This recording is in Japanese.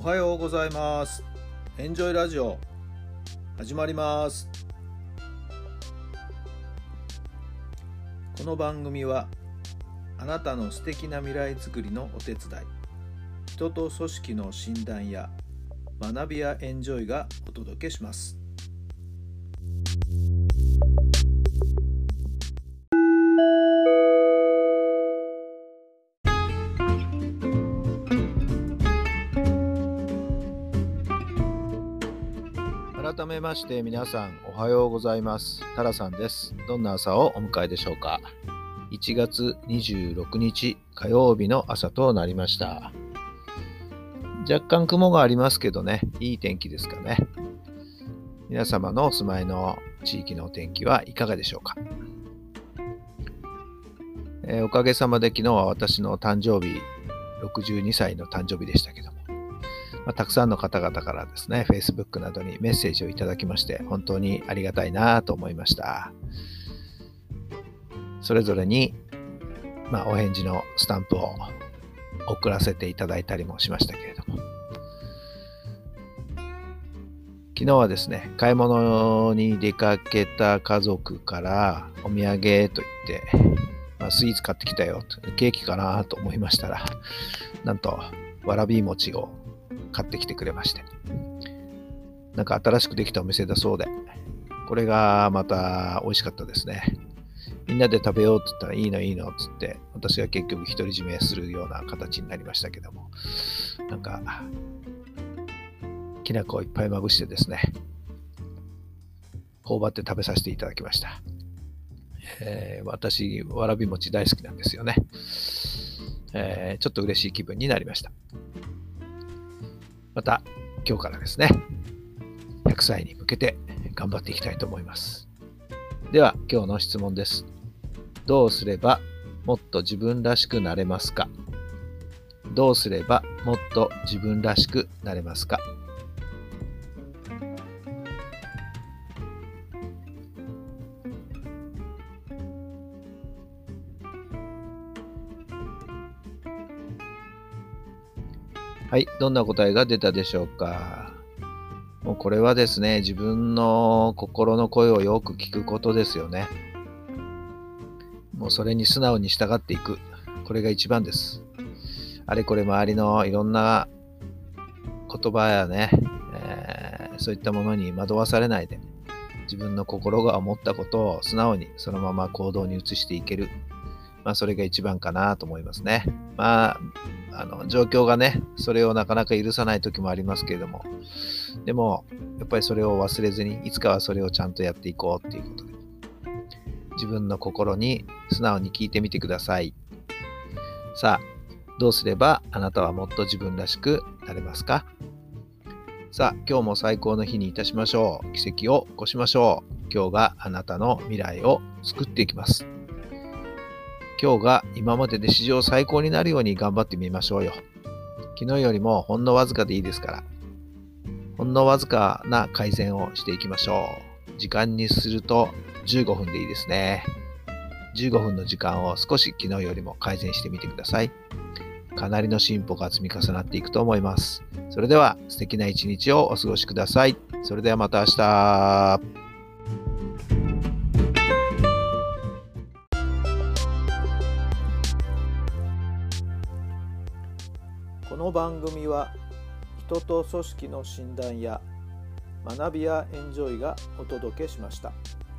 おはようございます。エンジョイラジオ始まります。この番組はあなたの素敵な未来づくりのお手伝い、人と組織の診断や学びやエンジョイがお届けします。改めまして皆さんおはようございます。タラさんです。どんな朝をお迎えでしょうか。1月26日火曜日の朝となりました。若干雲がありますけどね、いい天気ですかね。皆様のお住まいの地域のお天気はいかがでしょうか。おかげさまで昨日は私の誕生日、62歳の誕生日でしたけども、たくさんの方々からですね、Facebook などにメッセージをいただきまして、本当にありがたいなと思いました。それぞれに、お返事のスタンプを送らせていただいたりもしましたけれども、昨日はですね、買い物に出かけた家族からお土産と言って、スイーツ買ってきたよ、ケーキかなと思いましたら、なんとわらび餅を買ってきてくれまして、なんか新しくできたお店だそうで、これがまた美味しかったですね。みんなで食べようって言ったらいいのっつって、私が結局独り占めするような形になりましたけども、なんかきな粉をいっぱいまぶしてですね、頬張って食べさせていただきました。私わらび餅大好きなんですよね。ちょっと嬉しい気分になりました。また今日からですね、100歳に向けて頑張っていきたいと思います。では今日の質問です。どうすればもっと自分らしくなれますか？どうすればもっと自分らしくなれますか？はい、どんな答えが出たでしょうか。もうこれはですね、自分の心の声をよく聞くことですよね。もうそれに素直に従っていく。これが一番です。あれこれ周りのいろんな言葉やね、そういったものに惑わされないで、自分の心が思ったことを素直にそのまま行動に移していける。それが一番かなと思いますね。状況がね、それをなかなか許さない時もありますけれども、でもやっぱりそれを忘れずに、いつかはそれをちゃんとやっていこうっていうことで、自分の心に素直に聞いてみてください。さあ、どうすればあなたはもっと自分らしくなれますか？さあ、今日も最高の日にいたしましょう。奇跡を起こしましょう。今日があなたの未来を作っていきます。今日が今までで史上最高になるように頑張ってみましょうよ。昨日よりもほんのわずかでいいですから、ほんのわずかな改善をしていきましょう。時間にすると15分でいいですね。15分の時間を少し昨日よりも改善してみてください。かなりの進歩が積み重なっていくと思います。それでは素敵な一日をお過ごしください。それではまた明日。この番組は人と組織の診断や学びやエンジョイがお届けしました。